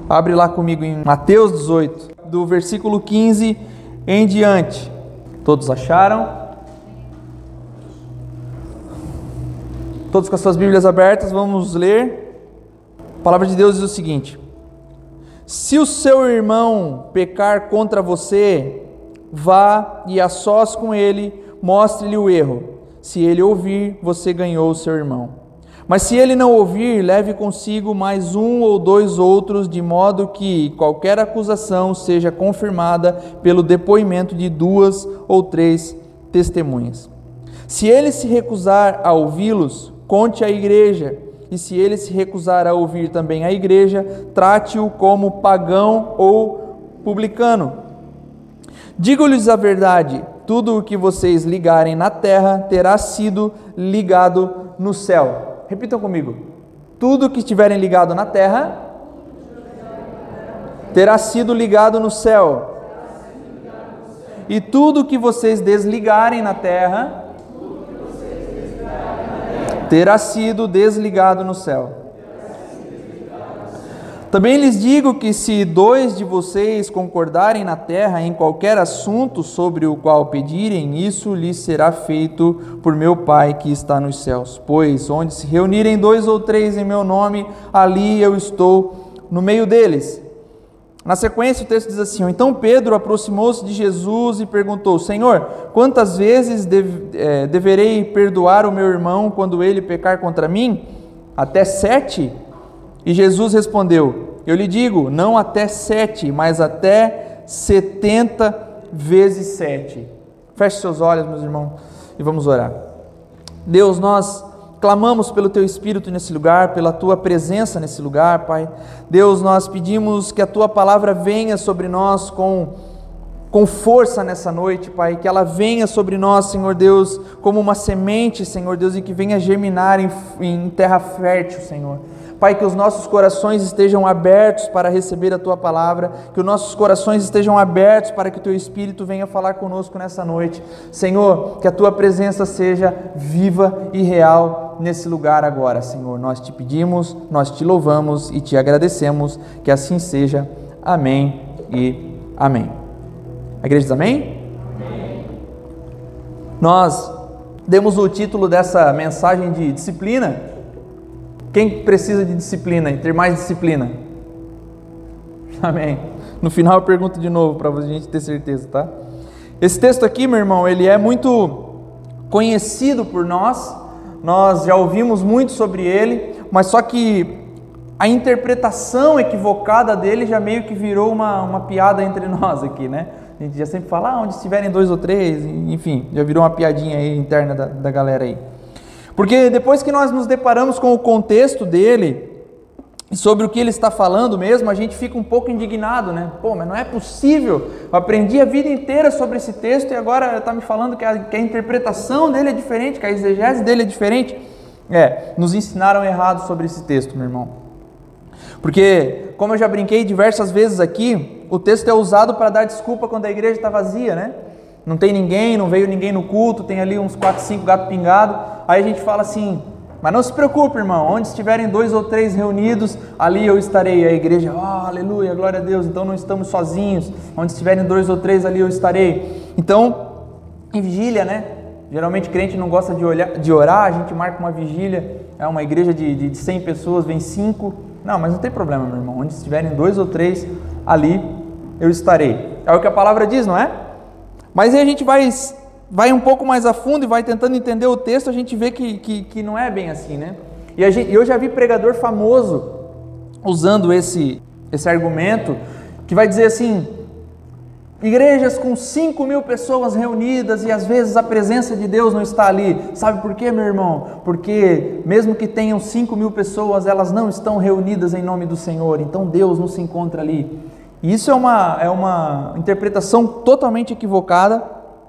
Abre lá comigo em Mateus 18, do versículo 15 em diante. Todos acharam? Todos com as suas Bíblias abertas, vamos ler. A palavra de Deus diz o seguinte: se o seu irmão pecar contra você, vá e a sós com ele, mostre-lhe o erro. Se ele ouvir, você ganhou o seu irmão. Mas se ele não ouvir, leve consigo mais um ou dois outros, de modo que qualquer acusação seja confirmada pelo depoimento de 2 ou 3 testemunhas. Se ele se recusar a ouvi-los, conte à igreja. E se ele se recusar a ouvir também a igreja, trate-o como pagão ou publicano. Digo-lhes a verdade: tudo o que vocês ligarem na terra terá sido ligado no céu. Repitam comigo: tudo que estiverem ligado na terra terá sido ligado no céu. E tudo que vocês desligarem na terra terá sido desligado no céu. Também lhes digo que se 2 de vocês concordarem na terra em qualquer assunto sobre o qual pedirem, isso lhes será feito por meu Pai que está nos céus. Pois onde se reunirem 2 ou 3 em meu nome, ali eu estou no meio deles. Na sequência o texto diz assim: então Pedro aproximou-se de Jesus e perguntou: Senhor, quantas vezes deverei perdoar o meu irmão quando ele pecar contra mim? Até 7? E Jesus respondeu: eu lhe digo, não até 7, mas até 70 vezes 7. Feche seus olhos, meus irmãos, e vamos orar. Deus, nós clamamos pelo Teu Espírito nesse lugar, pela Tua presença nesse lugar, Pai. Deus, nós pedimos que a Tua palavra venha sobre nós com força nessa noite, Pai, que ela venha sobre nós, Senhor Deus, como uma semente, Senhor Deus, e que venha germinar em terra fértil, Senhor. Pai, que os nossos corações estejam abertos para receber a Tua palavra, que os nossos corações estejam abertos para que o Teu Espírito venha falar conosco nessa noite. Senhor, que a Tua presença seja viva e real nesse lugar agora, Senhor. Nós te pedimos, nós te louvamos e te agradecemos, que assim seja. Amém e amém. A igreja diz amém? Amém. Nós demos o título dessa mensagem de disciplina. Quem precisa de disciplina e ter mais disciplina? Amém. No final eu pergunto de novo para a gente ter certeza, tá? Esse texto aqui, meu irmão, ele é muito conhecido por nós. Nós já ouvimos muito sobre ele, mas só que a interpretação equivocada dele já meio que virou uma piada entre nós aqui, né? A gente já sempre fala, onde estiverem 2 ou 3, enfim, já virou uma piadinha aí interna da galera aí. Porque depois que nós nos deparamos com o contexto dele, e sobre o que ele está falando mesmo, a gente fica um pouco indignado, né? Pô, mas não é possível, eu aprendi a vida inteira sobre esse texto e agora está me falando que a interpretação dele é diferente, que a exegese dele é diferente. Nos ensinaram errado sobre esse texto, meu irmão. Porque, como eu já brinquei diversas vezes aqui, o texto é usado para dar desculpa quando a igreja está vazia, né? Não tem ninguém, não veio ninguém no culto, tem ali uns 4, 5 gatos pingados. Aí a gente fala assim, mas não se preocupe, irmão, onde estiverem 2 ou 3 reunidos, ali eu estarei. A igreja, aleluia, glória a Deus, então não estamos sozinhos. Onde estiverem 2 ou 3, ali eu estarei. Então, em vigília, né? Geralmente crente não gosta de orar, a gente marca uma vigília, é uma igreja de 100 pessoas, vem 5. Não, mas não tem problema, meu irmão, onde estiverem 2 ou 3, ali eu estarei. É o que a palavra diz, não é? Mas aí a gente vai um pouco mais a fundo e vai tentando entender o texto, a gente vê que não é bem assim, né? E eu já vi pregador famoso usando esse argumento, que vai dizer assim, igrejas com 5.000 pessoas reunidas e às vezes a presença de Deus não está ali. Sabe por quê, meu irmão? Porque mesmo que tenham 5.000 pessoas, elas não estão reunidas em nome do Senhor, então Deus não se encontra ali. E isso é uma interpretação totalmente equivocada.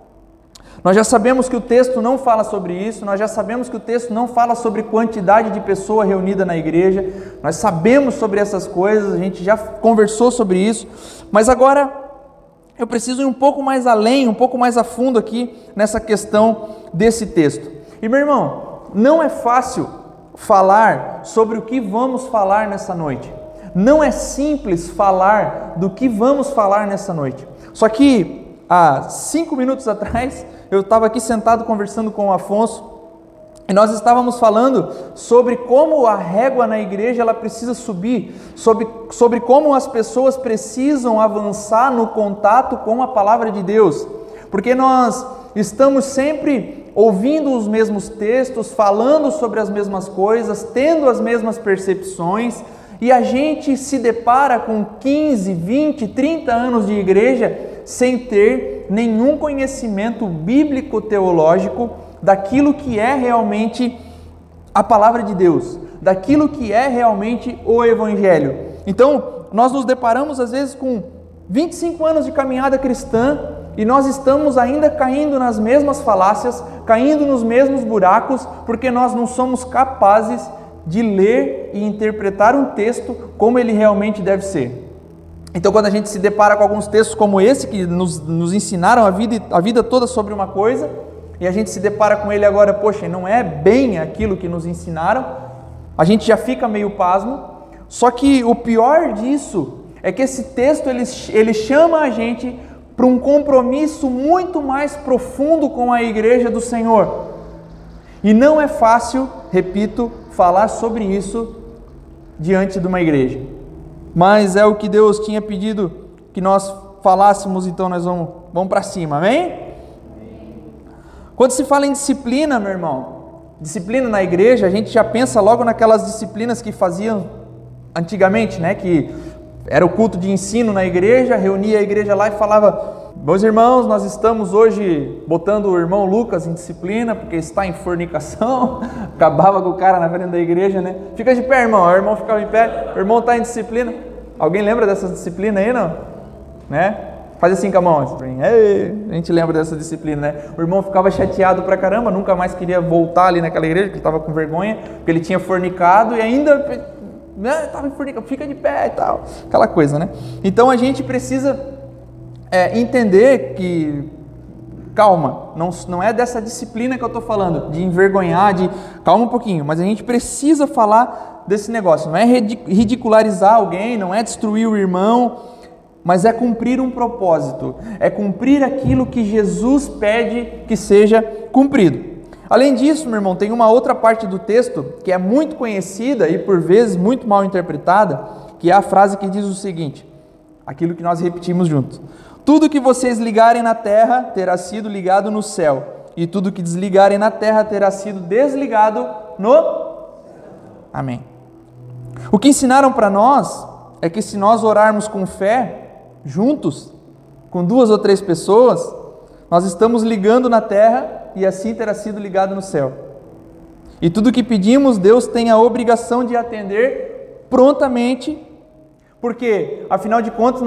Nós já sabemos que o texto não fala sobre isso, nós já sabemos que o texto não fala sobre quantidade de pessoa reunida na igreja, nós sabemos sobre essas coisas, a gente já conversou sobre isso, mas agora eu preciso ir um pouco mais além, um pouco mais a fundo aqui nessa questão desse texto. E meu irmão, não é fácil falar sobre o que vamos falar nessa noite. não é simples falar do que vamos falar nessa noite. Só que há 5 minutos atrás, eu estava aqui sentado conversando com o Afonso, e nós estávamos falando sobre como a régua na igreja ela precisa subir, sobre como as pessoas precisam avançar no contato com a palavra de Deus, porque nós estamos sempre ouvindo os mesmos textos, falando sobre as mesmas coisas, tendo as mesmas percepções, e a gente se depara com 15, 20, 30 anos de igreja sem ter nenhum conhecimento bíblico-teológico daquilo que é realmente a palavra de Deus, daquilo que é realmente o Evangelho. Então, nós nos deparamos às vezes com 25 anos de caminhada cristã e nós estamos ainda caindo nas mesmas falácias, caindo nos mesmos buracos, porque nós não somos capazes de ler e interpretar um texto como ele realmente deve ser. Então, quando a gente se depara com alguns textos como esse, que nos ensinaram a vida toda sobre uma coisa, e a gente se depara com ele agora, poxa, não é bem aquilo que nos ensinaram, a gente já fica meio pasmo. Só que o pior disso é que esse texto ele chama a gente para um compromisso muito mais profundo com a igreja do Senhor. E não é fácil, repito, falar sobre isso diante de uma igreja. Mas é o que Deus tinha pedido que nós falássemos, então nós vamos para cima, amém? Quando se fala em disciplina, meu irmão, disciplina na igreja, a gente já pensa logo naquelas disciplinas que faziam antigamente, né? Que era o culto de ensino na igreja, reunia a igreja lá e falava: meus irmãos, nós estamos hoje botando o irmão Lucas em disciplina, porque está em fornicação. Acabava com o cara na frente da igreja, né? Fica de pé, irmão. O irmão ficava em pé, o irmão está em disciplina. Alguém lembra dessa disciplina aí, não? Né? Faz assim com a mão, assim. A gente lembra dessa disciplina, né? O irmão ficava chateado pra caramba, nunca mais queria voltar ali naquela igreja, porque ele estava com vergonha, porque ele tinha fornicado e ainda estava em fornicação, fica de pé e tal, aquela coisa, né? Então a gente precisa entender que, calma, não é dessa disciplina que eu estou falando, de envergonhar, calma um pouquinho, mas a gente precisa falar desse negócio, não é ridicularizar alguém, não é destruir o irmão, mas é cumprir um propósito, é cumprir aquilo que Jesus pede que seja cumprido. Além disso, meu irmão, tem uma outra parte do texto que é muito conhecida e por vezes muito mal interpretada, que é a frase que diz o seguinte, aquilo que nós repetimos juntos: tudo que vocês ligarem na terra terá sido ligado no céu, e tudo que desligarem na terra terá sido desligado no... Amém. O que ensinaram para nós é que se nós orarmos com fé, juntos, com 2 ou 3 pessoas, nós estamos ligando na terra e assim terá sido ligado no céu. E tudo que pedimos, Deus tem a obrigação de atender prontamente, porque, afinal de contas,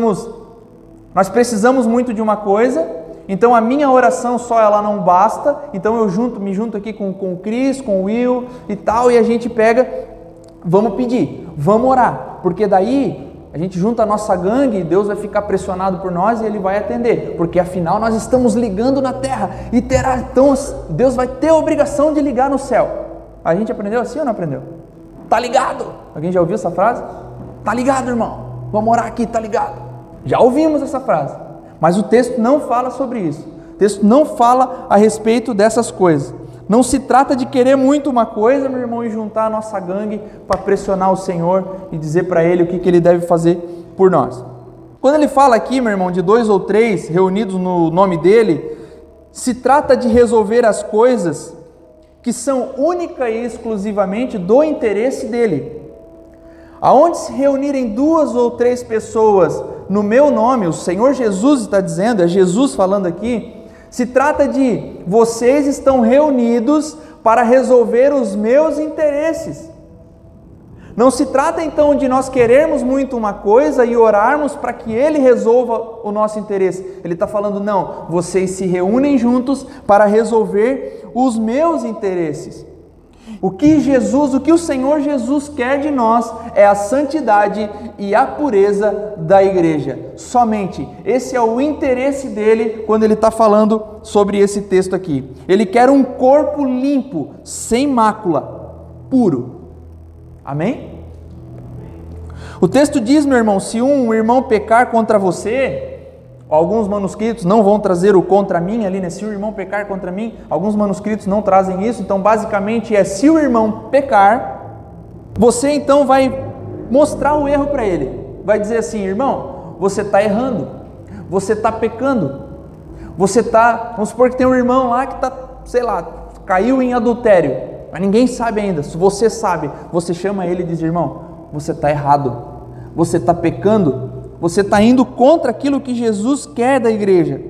nós precisamos muito de uma coisa, então a minha oração só ela não basta, então eu me junto aqui com o Cris, com o Will e tal, e a gente pega, vamos pedir, vamos orar, porque daí a gente junta a nossa gangue e Deus vai ficar pressionado por nós e Ele vai atender, porque afinal nós estamos ligando na terra e então Deus vai ter a obrigação de ligar no céu. A gente aprendeu assim ou não aprendeu? Tá ligado? Alguém já ouviu essa frase? Tá ligado, irmão? Vamos orar aqui, tá ligado? Já ouvimos essa frase, mas o texto não fala sobre isso. O texto não fala a respeito dessas coisas. Não se trata de querer muito uma coisa, meu irmão, e juntar a nossa gangue para pressionar o Senhor e dizer para Ele o que Ele deve fazer por nós. Quando Ele fala aqui, meu irmão, de 2 ou 3 reunidos no nome dEle, se trata de resolver as coisas que são única e exclusivamente do interesse dEle. Aonde se reunirem 2 ou 3 pessoas no meu nome, o Senhor Jesus está dizendo, é Jesus falando aqui, se trata de vocês estão reunidos para resolver os meus interesses. Não se trata então de nós querermos muito uma coisa e orarmos para que Ele resolva o nosso interesse. Ele está falando, não, vocês se reúnem juntos para resolver os meus interesses. O que o Senhor Jesus quer de nós é a santidade e a pureza da igreja. Somente. Esse é o interesse dele quando ele está falando sobre esse texto aqui. Ele quer um corpo limpo, sem mácula, puro. Amém? O texto diz, meu irmão, se um irmão pecar contra você, alguns manuscritos não vão trazer o contra mim ali, né? Se o irmão pecar contra mim, alguns manuscritos não trazem isso, então basicamente se o irmão pecar, você então vai mostrar o erro para ele, vai dizer assim: irmão, você está errando, você está pecando, você está, vamos supor que tem um irmão lá que está, sei lá, caiu em adultério, mas ninguém sabe ainda. Se você sabe, você chama ele e diz: irmão, você está errado, você está pecando, você está indo contra aquilo que Jesus quer da igreja.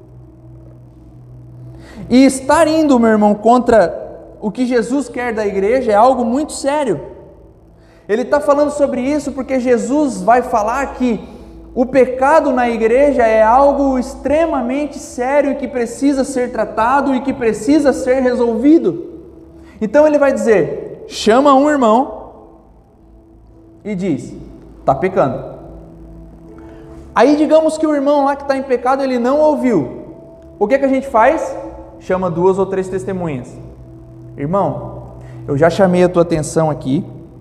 E estar indo, meu irmão, contra o que Jesus quer da igreja é algo muito sério. Ele está falando sobre isso porque Jesus vai falar que o pecado na igreja é algo extremamente sério e que precisa ser tratado e que precisa ser resolvido. Então ele vai dizer: chama um irmão e diz: está pecando. Aí digamos que o irmão lá que está em pecado, ele não ouviu. O que a gente faz? Chama 2 ou 3 testemunhas. Irmão, eu já chamei a tua atenção aqui,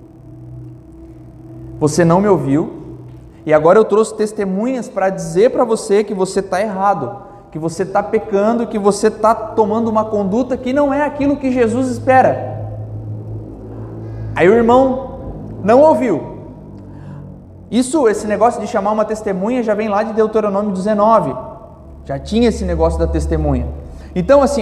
você não me ouviu, e agora eu trouxe testemunhas para dizer para você que você está errado, que você está pecando, que você está tomando uma conduta que não é aquilo que Jesus espera. Aí o irmão não ouviu. Esse negócio de chamar uma testemunha já vem lá de Deuteronômio 19, já tinha esse negócio da testemunha. Então assim,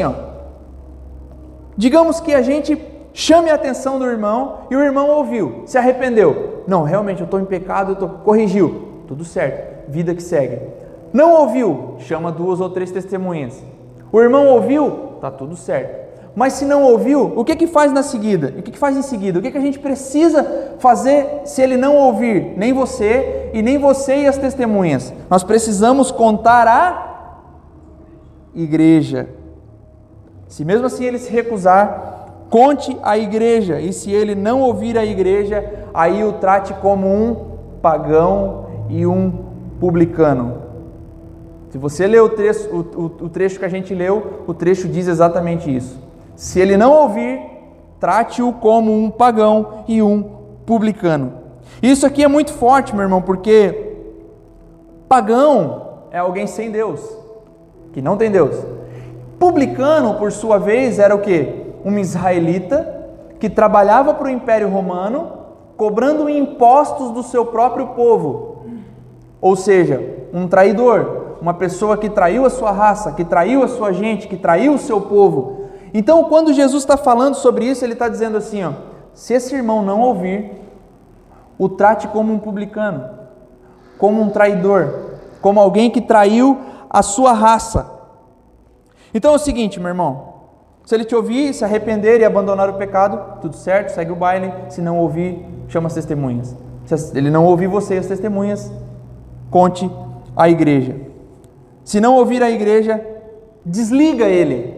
digamos que a gente chame a atenção do irmão e o irmão ouviu, se arrependeu. Não, realmente eu estou em pecado, corrigiu, tudo certo, vida que segue. Não ouviu, chama 2 ou 3 testemunhas. O irmão ouviu, está tudo certo. Mas se não ouviu, o que faz na seguida? O que faz em seguida? O que a gente precisa fazer se ele não ouvir? Nem você e as testemunhas. Nós precisamos contar a igreja. Se mesmo assim ele se recusar, conte a igreja. E se ele não ouvir a igreja, aí o trate como um pagão e um publicano. Se você ler o trecho que a gente leu, o trecho diz exatamente isso. Se ele não ouvir, trate-o como um pagão e um publicano. Isso aqui é muito forte, meu irmão, porque pagão é alguém sem Deus, que não tem Deus. Publicano, por sua vez, era o quê? Um israelita que trabalhava para o Império Romano, cobrando impostos do seu próprio povo. Ou seja, um traidor, uma pessoa que traiu a sua raça, que traiu a sua gente, que traiu o seu povo. Então, quando Jesus está falando sobre isso, ele está dizendo assim, se esse irmão não ouvir, o trate como um publicano, como um traidor, como alguém que traiu a sua raça. Então é o seguinte, meu irmão, se ele te ouvir, se arrepender e abandonar o pecado, tudo certo, segue o baile. Se não ouvir, chama as testemunhas. Se ele não ouvir você e as testemunhas, conte a igreja. Se não ouvir a igreja, desliga ele,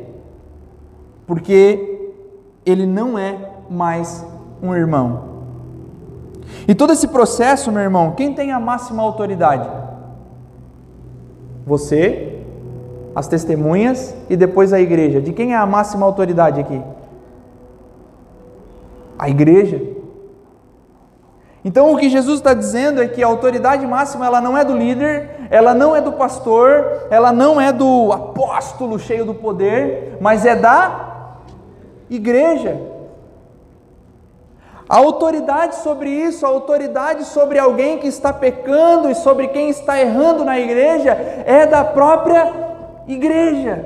porque ele não é mais um irmão. E todo esse processo, meu irmão, quem tem a máxima autoridade? Você, as testemunhas e depois a igreja. De quem é a máxima autoridade aqui? A igreja. Então o que Jesus está dizendo é que a autoridade máxima, ela não é do líder, ela não é do pastor, ela não é do apóstolo cheio do poder, mas é da igreja. A autoridade sobre isso, a autoridade sobre alguém que está pecando e sobre quem está errando na igreja, é da própria igreja.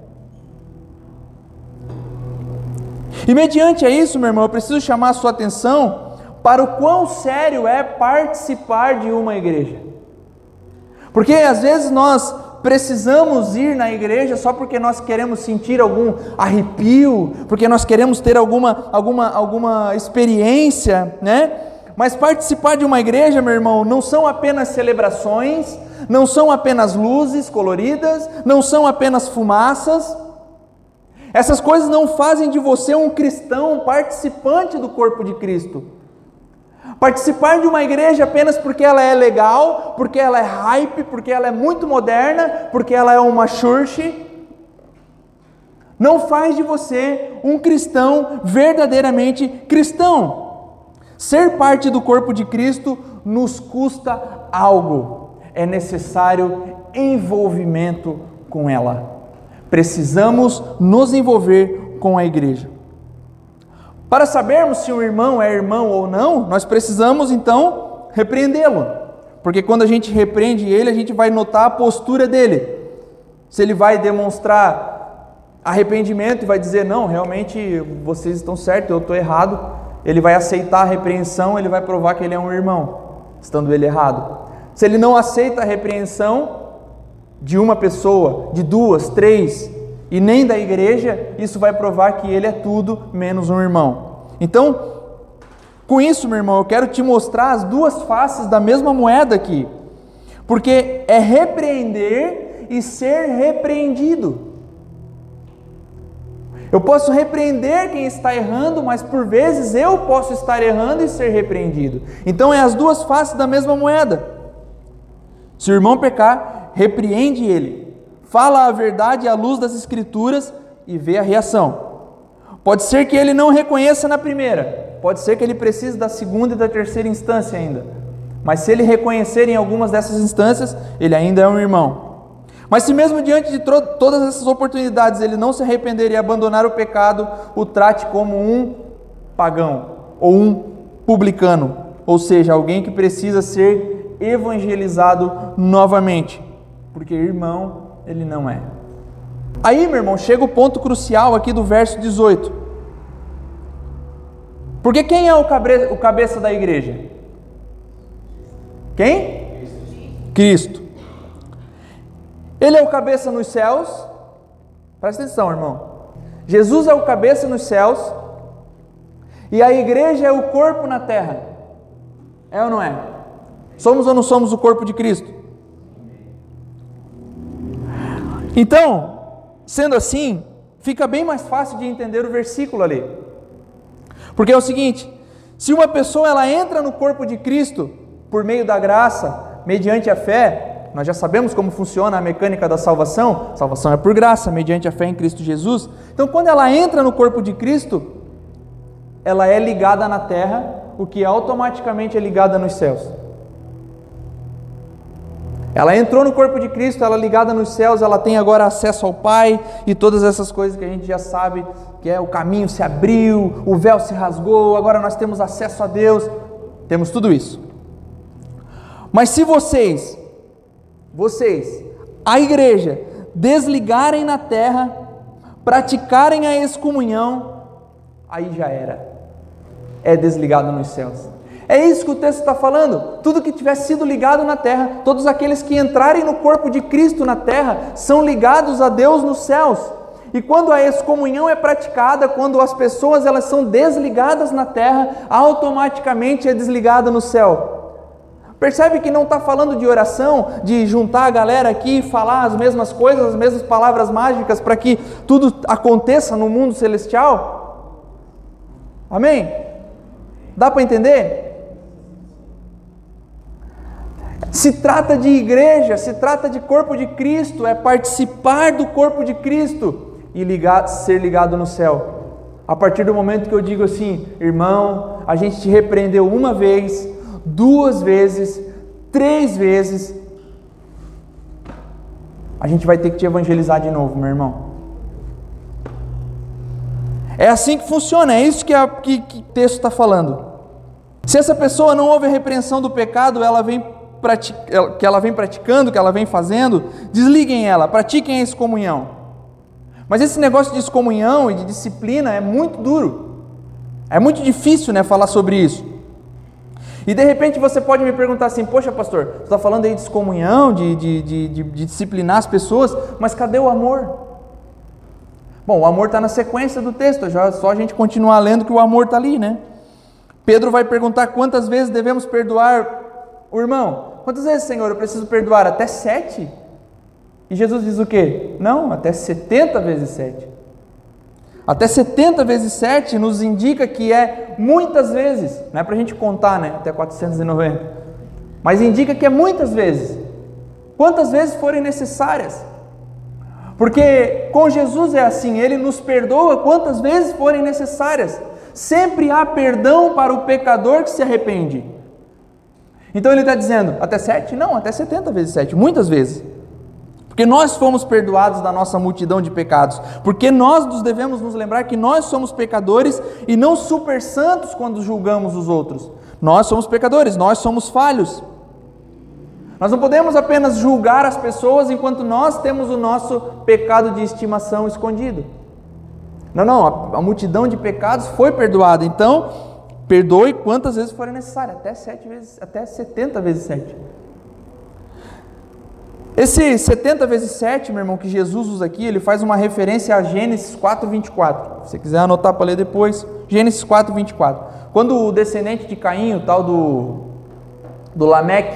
E mediante a isso, meu irmão, eu preciso chamar a sua atenção para o quão sério é participar de uma igreja. Porque às vezes nós precisamos ir na igreja só porque nós queremos sentir algum arrepio, porque nós queremos ter alguma experiência, né? Mas participar de uma igreja, meu irmão, não são apenas celebrações, não são apenas luzes coloridas, não são apenas fumaças. Essas coisas não fazem de você um cristão participante do corpo de Cristo. Participar de uma igreja apenas porque ela é legal, porque ela é hype, porque ela é muito moderna, porque ela é uma church, não faz de você um cristão verdadeiramente cristão. Ser parte do corpo de Cristo nos custa algo. É necessário envolvimento com ela. Precisamos nos envolver com a igreja. Para sabermos se um irmão é irmão ou não, nós precisamos então repreendê-lo. Porque quando a gente repreende ele, a gente vai notar a postura dele. Se ele vai demonstrar arrependimento e vai dizer, não, realmente vocês estão certos, eu estou errado. Ele vai aceitar a repreensão, ele vai provar que ele é um irmão, estando ele errado. Se ele não aceita a repreensão de uma pessoa, de duas, três, e nem da igreja, isso vai provar que ele é tudo menos um irmão. Então, com isso, meu irmão, eu quero te mostrar as duas faces da mesma moeda aqui. Porque é repreender e ser repreendido. Eu posso repreender quem está errando, mas por vezes eu posso estar errando e ser repreendido. Então, é as duas faces da mesma moeda. Se o irmão pecar, repreende ele. Fala a verdade à luz das Escrituras e vê a reação. Pode ser que ele não reconheça na primeira, pode ser que ele precise da segunda e da terceira instância ainda. Mas se ele reconhecer em algumas dessas instâncias, ele ainda é um irmão. Mas se mesmo diante de todas essas oportunidades ele não se arrepender e abandonar o pecado, o trate como um pagão ou um publicano, ou seja, alguém que precisa ser evangelizado novamente, porque irmão ele não é. Aí, meu irmão, chega o ponto crucial aqui do verso 18. Porque quem é o cabeça da igreja? Quem? Cristo. Ele é o cabeça nos céus. Presta atenção, irmão. Jesus é o cabeça nos céus e a igreja é o corpo na terra. É ou não é? Somos ou não somos o corpo de Cristo? Então, sendo assim, fica bem mais fácil de entender o versículo ali. Porque é o seguinte, se uma pessoa ela entra no corpo de Cristo por meio da graça, mediante a fé, nós já sabemos como funciona a mecânica da salvação. Salvação é por graça, mediante a fé em Cristo Jesus. Então, quando ela entra no corpo de Cristo, ela é ligada na terra, o que automaticamente é ligada nos céus. Ela entrou no corpo de Cristo, ela é ligada nos céus, ela tem agora acesso ao Pai e todas essas coisas que a gente já sabe, que é o caminho se abriu, o véu se rasgou, agora nós temos acesso a Deus, temos tudo isso. Mas se vocês, a igreja, desligarem na terra, praticarem a excomunhão, aí já era, é desligado nos céus. É isso que o texto está falando. Tudo que tiver sido ligado na terra, todos aqueles que entrarem no corpo de Cristo na terra, são ligados a Deus nos céus. E quando a excomunhão é praticada, quando as pessoas elas são desligadas na terra, automaticamente é desligada no céu. Percebe que não está falando de oração, de juntar a galera aqui e falar as mesmas coisas, as mesmas palavras mágicas para que tudo aconteça no mundo celestial? Amém? Dá para entender? Se trata de igreja, se trata de corpo de Cristo, é participar do corpo de Cristo e ser ligado no céu. A partir do momento que eu digo assim, irmão, a gente te repreendeu uma vez, 2 vezes, 3 vezes, a gente vai ter que te evangelizar de novo, meu irmão. É assim que funciona, é isso que o texto está falando. Se essa pessoa não houve a repreensão do pecado, que ela vem praticando, que ela vem fazendo, desliguem ela, pratiquem a excomunhão. Mas esse negócio de excomunhão e de disciplina é muito duro, é muito difícil, né, falar sobre isso. E de repente você pode me perguntar assim, poxa pastor, você está falando aí de excomunhão, de disciplinar as pessoas, mas cadê o amor? Bom, o amor está na sequência do texto, só a gente continuar lendo que o amor está ali, né? Pedro vai perguntar quantas vezes devemos perdoar o irmão. Quantas vezes, Senhor, eu preciso perdoar? Até 7? E Jesus diz o quê? Não, até 70 vezes 7. Até 70 vezes 7 nos indica que é muitas vezes. Não é para a gente contar, né? Até 490. Mas indica que é muitas vezes. Quantas vezes forem necessárias. Porque com Jesus é assim, Ele nos perdoa quantas vezes forem necessárias. Sempre há perdão para o pecador que se arrepende. Então ele está dizendo, até 7? Não, até 70 vezes 7, muitas vezes. Porque nós fomos perdoados da nossa multidão de pecados. Porque nós devemos nos lembrar que nós somos pecadores e não super santos quando julgamos os outros. Nós somos pecadores, nós somos falhos. Nós não podemos apenas julgar as pessoas enquanto nós temos o nosso pecado de estimação escondido. Não, a multidão de pecados foi perdoada. Então, perdoe quantas vezes forem necessárias, até 70 vezes 7. Esse 70 vezes 7, meu irmão, que Jesus usa aqui, ele faz uma referência a Gênesis 4:24. Se você quiser anotar para ler depois, Gênesis 4:24. Quando o descendente de Caim, o tal do Lameque,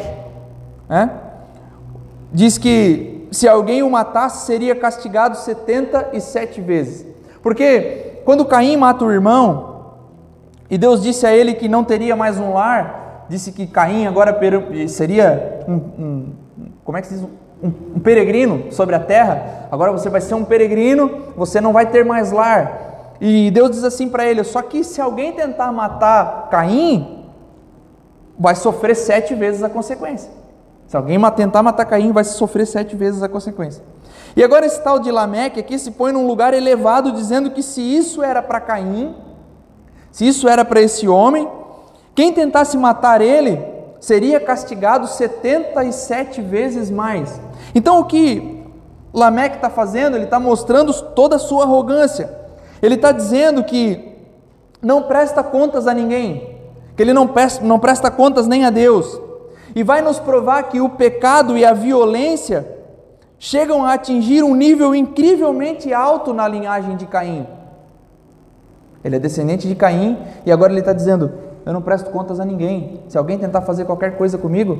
diz que se alguém o matasse, seria castigado 77 vezes. Porque quando Caim mata o irmão, e Deus disse a ele que não teria mais um lar, disse que Caim agora seria como é que se diz? Um peregrino sobre a terra. Agora você vai ser um peregrino, você não vai ter mais lar. E Deus diz assim para ele, só que se alguém tentar matar Caim, vai sofrer 7 vezes a consequência. Se alguém tentar matar Caim, vai sofrer 7 vezes a consequência. E agora esse tal de Lameque aqui se põe num lugar elevado, dizendo que se isso era para Caim, se isso era para esse homem, quem tentasse matar ele seria castigado 77 vezes mais. Então o que Lameque está fazendo? Ele está mostrando toda a sua arrogância. Ele está dizendo que não presta contas a ninguém, que ele não presta contas nem a Deus. E vai nos provar que o pecado e a violência chegam a atingir um nível incrivelmente alto na linhagem de Caim. Ele é descendente de Caim e agora ele está dizendo, eu não presto contas a ninguém. Se alguém tentar fazer qualquer coisa comigo,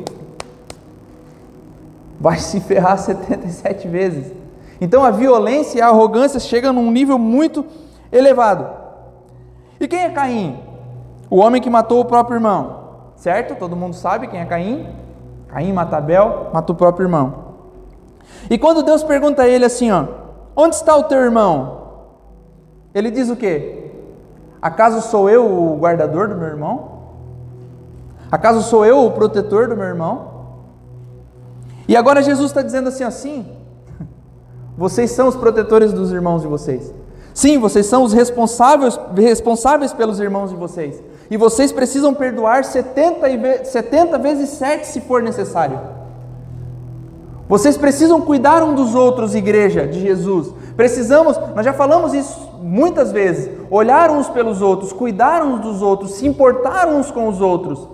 vai se ferrar 77 vezes. Então a violência e a arrogância chegam num nível muito elevado. E quem é Caim? O homem que matou o próprio irmão. Certo? Todo mundo sabe quem é Caim. Caim mata Abel, mata o próprio irmão. E quando Deus pergunta a ele assim, onde está o teu irmão? Ele diz o quê? Acaso sou eu o guardador do meu irmão? Acaso sou eu o protetor do meu irmão? E agora Jesus está dizendo assim, vocês são os protetores dos irmãos de vocês. Sim, vocês são os responsáveis pelos irmãos de vocês. E vocês precisam perdoar 70 vezes 7 se for necessário. Vocês precisam cuidar um dos outros, igreja de Jesus. Nós já falamos isso muitas vezes, olhar uns pelos outros, cuidar uns dos outros, se importar uns com os outros.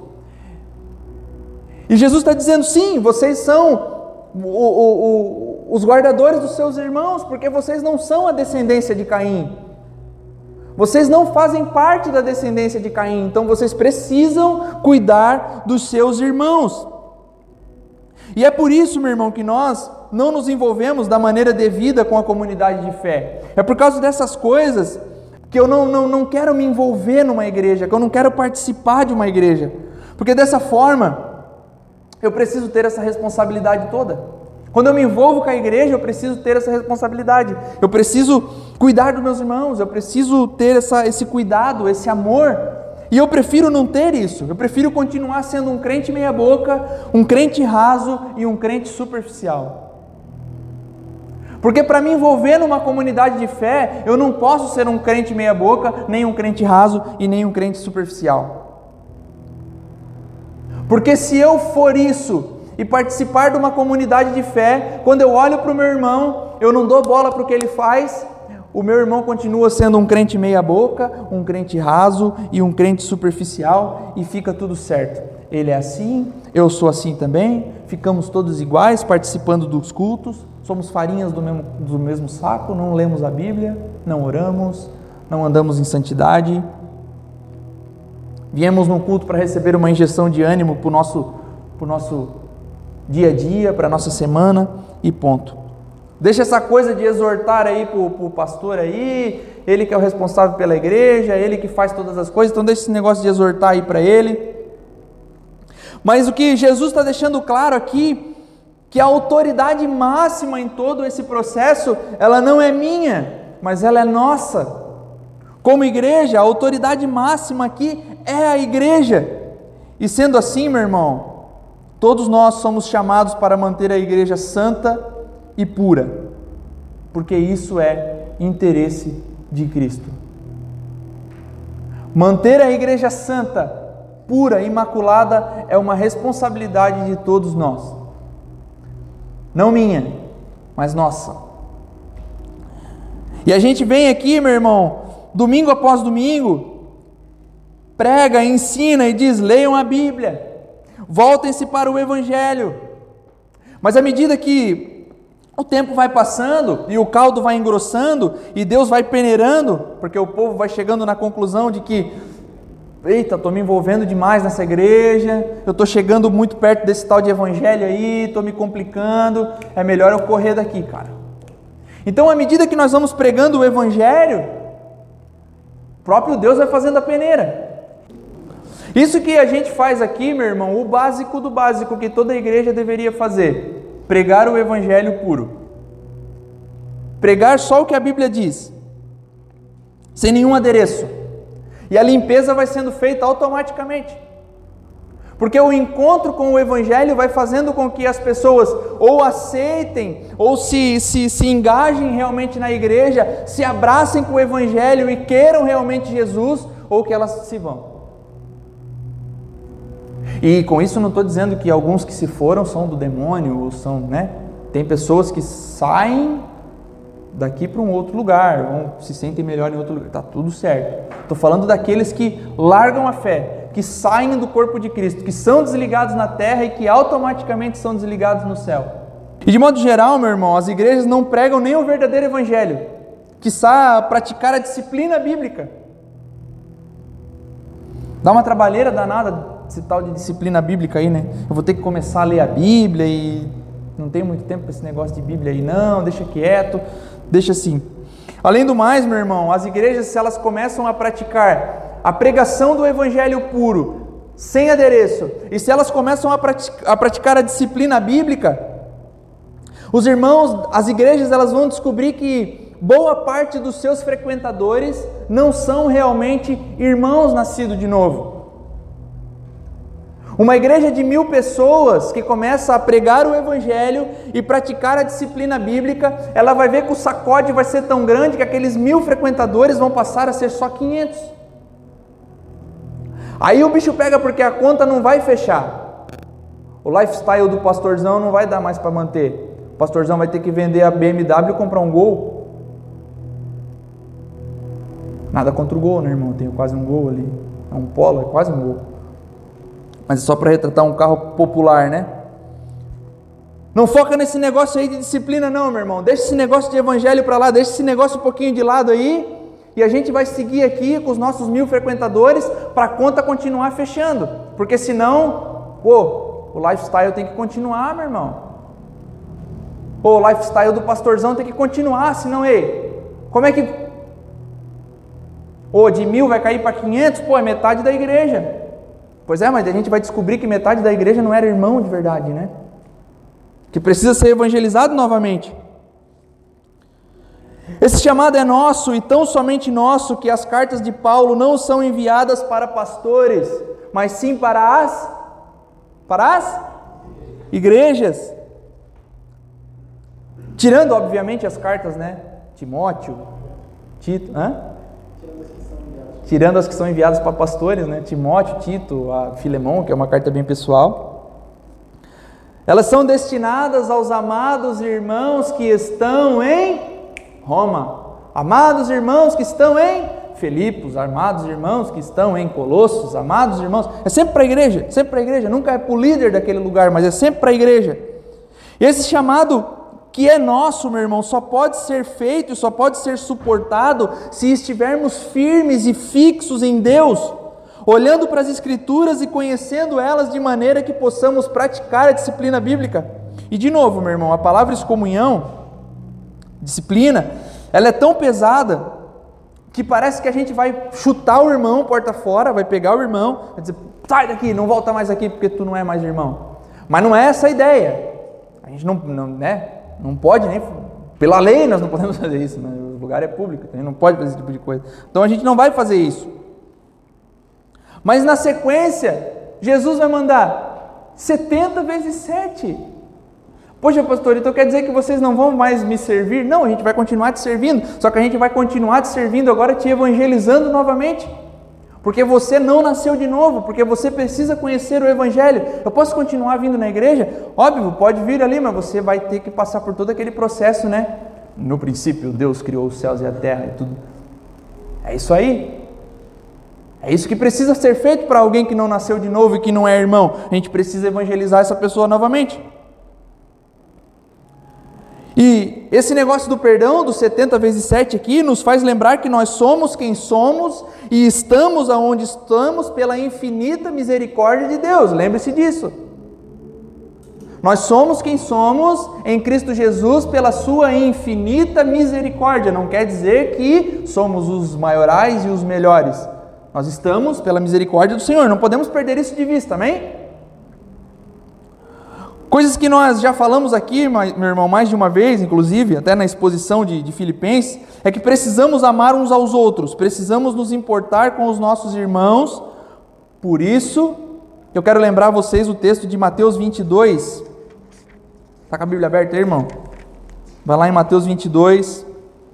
E Jesus está dizendo, sim, vocês são os guardadores dos seus irmãos, porque vocês não são a descendência de Caim. Vocês não fazem parte da descendência de Caim, então vocês precisam cuidar dos seus irmãos. E é por isso, meu irmão, que nós não nos envolvemos da maneira devida com a comunidade de fé. É por causa dessas coisas que eu não quero me envolver numa igreja, que eu não quero participar de uma igreja. Porque dessa forma, eu preciso ter essa responsabilidade toda. Quando eu me envolvo com a igreja, eu preciso ter essa responsabilidade. Eu preciso cuidar dos meus irmãos, eu preciso ter esse cuidado, esse amor. E eu prefiro não ter isso. Eu prefiro continuar sendo um crente meia boca, um crente raso e um crente superficial. Porque para me envolver numa comunidade de fé, eu não posso ser um crente meia boca, nem um crente raso e nem um crente superficial. Porque se eu for isso e participar de uma comunidade de fé, quando eu olho para o meu irmão, eu não dou bola para o que ele faz, o meu irmão continua sendo um crente meia boca, um crente raso e um crente superficial e fica tudo certo. Ele é assim, eu sou assim também, ficamos todos iguais participando dos cultos, somos farinhas do mesmo saco, não lemos a Bíblia, não oramos, não andamos em santidade. Viemos no culto para receber uma injeção de ânimo para o nosso dia a dia, para a nossa semana e ponto. Deixa essa coisa de exortar aí para o pastor aí, ele que é o responsável pela igreja, ele que faz todas as coisas, então deixa esse negócio de exortar aí para ele. Mas o que Jesus está deixando claro aqui, que a autoridade máxima em todo esse processo, ela não é minha, mas ela é nossa. Como igreja, a autoridade máxima aqui é a igreja. E sendo assim, meu irmão, Todos nós somos chamados para manter a igreja santa e pura, porque isso é interesse de Cristo. Manter a igreja santa, pura, imaculada, é uma responsabilidade de todos nós. Não minha, mas nossa. E a gente vem aqui, meu irmão, domingo após domingo, prega, ensina e diz: leiam a Bíblia, voltem-se para o Evangelho. Mas à medida que o tempo vai passando e o caldo vai engrossando e Deus vai peneirando, porque o povo vai chegando na conclusão de que: eita, estou me envolvendo demais nessa igreja, eu estou chegando muito perto desse tal de Evangelho aí, estou me complicando, é melhor eu correr daqui, cara. Então, à medida que nós vamos pregando o Evangelho, o próprio Deus vai fazendo a peneira. Isso que a gente faz aqui, meu irmão, o básico do básico que toda igreja deveria fazer: pregar o Evangelho puro. Pregar só o que a Bíblia diz, sem nenhum adereço. E a limpeza vai sendo feita automaticamente. Porque o encontro com o Evangelho vai fazendo com que as pessoas ou aceitem, ou se engajem realmente na igreja, se abracem com o Evangelho e queiram realmente Jesus, ou que elas se vão. E com isso não estou dizendo que alguns que se foram são do demônio, ou são, né? Tem pessoas que saem daqui para um outro lugar, se sentem melhor em outro lugar, está tudo certo. Estou falando daqueles que largam a fé, que saem do corpo de Cristo, que são desligados na terra e que automaticamente são desligados no céu. E de modo geral, meu irmão, as igrejas não pregam nem o verdadeiro Evangelho, quiçá praticar a disciplina bíblica. Dá uma trabalheira danada esse tal de disciplina bíblica aí, né? Eu vou ter que começar a ler a Bíblia e não tenho muito tempo para esse negócio de Bíblia aí, não, deixa quieto, deixa assim. Além do mais, meu irmão, as igrejas, se elas começam a praticar a pregação do Evangelho puro, sem adereço, e se elas começam a praticar a disciplina bíblica, os irmãos, as igrejas, elas vão descobrir que boa parte dos seus frequentadores não são realmente irmãos nascidos de novo. Uma igreja de 1000 pessoas que começa a pregar o Evangelho e praticar a disciplina bíblica, ela vai ver que o sacode vai ser tão grande que aqueles 1000 frequentadores vão passar a ser só 500. Aí o bicho pega, porque a conta não vai fechar. O lifestyle do pastorzão não vai dar mais para manter. O pastorzão vai ter que vender a BMW e comprar um Gol. Nada contra o Gol, né, irmão? Tenho quase um Gol ali. É um Polo, é quase um Gol. Mas é só para retratar um carro popular, né? Não foca nesse negócio aí de disciplina não, meu irmão. Deixa esse negócio de evangelho para lá, deixa esse negócio um pouquinho de lado aí, e a gente vai seguir aqui com os nossos 1000 frequentadores para a conta continuar fechando. Porque senão, o lifestyle tem que continuar, meu irmão. O lifestyle do pastorzão tem que continuar, senão, como é que... de 1000 vai cair para 500? É metade da igreja. Pois é, mas a gente vai descobrir que metade da igreja não era irmão de verdade, né? Que precisa ser evangelizado novamente. Esse chamado é nosso e tão somente nosso que as cartas de Paulo não são enviadas para pastores, mas sim para as igrejas. Tirando, obviamente, as cartas, né? Timóteo, Tito, Tirando as que são enviadas para pastores, né? Timóteo, Tito, a Filemão, que é uma carta bem pessoal. Elas são destinadas aos amados irmãos que estão em Roma, amados irmãos que estão em Filipos, amados irmãos que estão em Colossos, amados irmãos. É sempre para a igreja, nunca é para o líder daquele lugar, mas é sempre para a igreja. E esse chamado que é nosso, meu irmão, só pode ser feito, só pode ser suportado se estivermos firmes e fixos em Deus, olhando para as Escrituras e conhecendo elas de maneira que possamos praticar a disciplina bíblica. E de novo, meu irmão, a palavra excomunhão, disciplina, ela é tão pesada que parece que a gente vai chutar o irmão porta fora, vai pegar o irmão, vai dizer: sai daqui, não volta mais aqui porque tu não é mais irmão. Mas não é essa a ideia. A gente não pode nem, pela lei nós não podemos fazer isso, né? O lugar é público, a gente não pode fazer esse tipo de coisa. Então a gente não vai fazer isso. Mas na sequência, Jesus vai mandar: 70 vezes 7. Poxa, pastor, então quer dizer que vocês não vão mais me servir? Não, a gente vai continuar te servindo, só que a gente vai continuar te servindo agora te evangelizando novamente. Porque você não nasceu de novo, porque você precisa conhecer o Evangelho. Eu posso continuar vindo na igreja? Óbvio, pode vir ali, mas você vai ter que passar por todo aquele processo, né? No princípio, Deus criou os céus e a terra e tudo. É isso aí. É isso que precisa ser feito para alguém que não nasceu de novo e que não é irmão. A gente precisa evangelizar essa pessoa novamente. E esse negócio do perdão, do 70 vezes 7 aqui, nos faz lembrar que nós somos quem somos e estamos aonde estamos pela infinita misericórdia de Deus. Lembre-se disso. Nós somos quem somos em Cristo Jesus pela sua infinita misericórdia. Não quer dizer que somos os maiorais e os melhores. Nós estamos pela misericórdia do Senhor. Não podemos perder isso de vista, amém? Coisas que nós já falamos aqui, meu irmão, mais de uma vez, inclusive, até na exposição de Filipenses, é que precisamos amar uns aos outros, precisamos nos importar com os nossos irmãos. Por isso, eu quero lembrar a vocês o texto de Mateus 22. Está com a Bíblia aberta aí, irmão? Vai lá em Mateus 22.